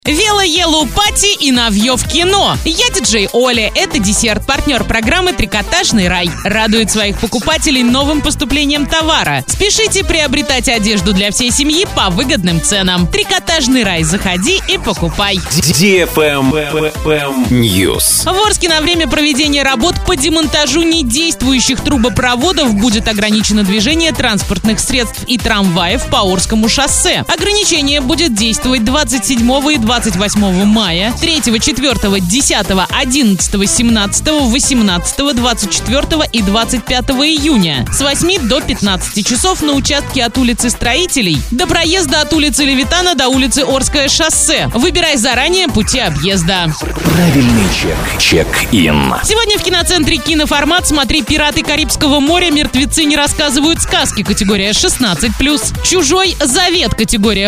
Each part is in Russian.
Вело Yellow Party и Навье в кино. Я диджей Оля. Это десерт, партнер программы «Трикотажный рай». Радует своих покупателей новым поступлением товара. Спешите приобретать одежду для всей семьи по выгодным ценам. «Трикотажный рай». Заходи и покупай. News. В Орске на время проведения работ по демонтажу недействующих трубопроводов будет ограничено движение транспортных средств и трамваев по Орскому шоссе. Ограничение будет действовать 27 и 28 мая, 3, 4, 10, 11, 17, 18, 24 и 25 июня с 8 до 15 часов на участке от улицы Строителей до проезда от улицы Левитана до улицы Орское шоссе. Выбирай заранее пути объезда. Правильный чек. Чек-ин. Сегодня в киноцентре «Киноформат» смотри «Пираты Карибского моря. Мертвецы не рассказывают сказки» категория 16+, «Чужой завет» категория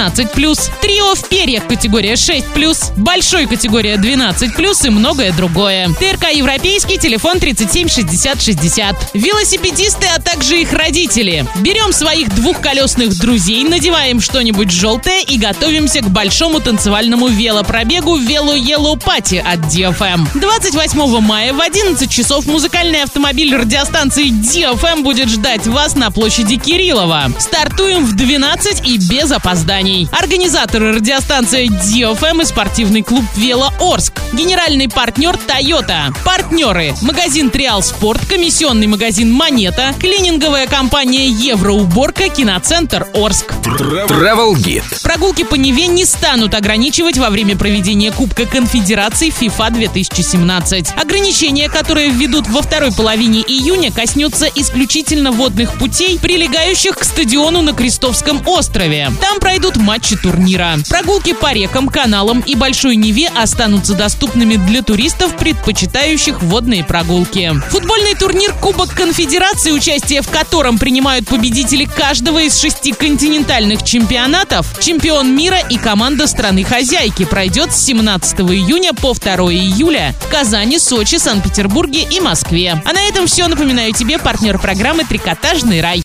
18+, «Трио в перьях» категория 6+, «Большой» категория 12+, и многое другое. ТРК «Европейский», телефон 37 60 60. Велосипедисты, а также их родители. Берем своих двухколесных друзей, надеваем что-нибудь желтое и готовимся к большому танцевальному велопробегу «Вело Yellow Party» от DFM. 28 мая в 11 часов музыкальный автомобиль радиостанции DFM будет ждать вас на площади Кириллова. Стартуем в 12 и без опозданий. Организаторы — радиостанция DFM и спортивный клуб «Вело Орск». Генеральный партнер Toyota. Партнеры: магазин Триал Спорт, комиссионный магазин Монета, клининговая компания Евроуборка, киноцентр Орск. Travel Guide. Прогулки по Неве не станут ограничивать во время проведения Кубка Конфедерации FIFA 2017. Ограничения, которые введут во второй половине июня, коснется исключительно водных путей, прилегающих к стадиону на Крестовском острове. Там пройдут матчи турнира. Прогулки по рекам, каналам и Большой Неве останутся доступными для туристов, предпочитающих водные прогулки. Футбольный турнир Кубок Конфедерации, участие в котором принимают победители каждого из 6 континентальных чемпионатов, чемпион мира и команда страны-хозяйки, пройдет с 17 июня по 2 июля в Казани, Сочи, Санкт-Петербурге и Москве. А на этом все. Напоминаю тебе партнер программы «Трикотажный рай».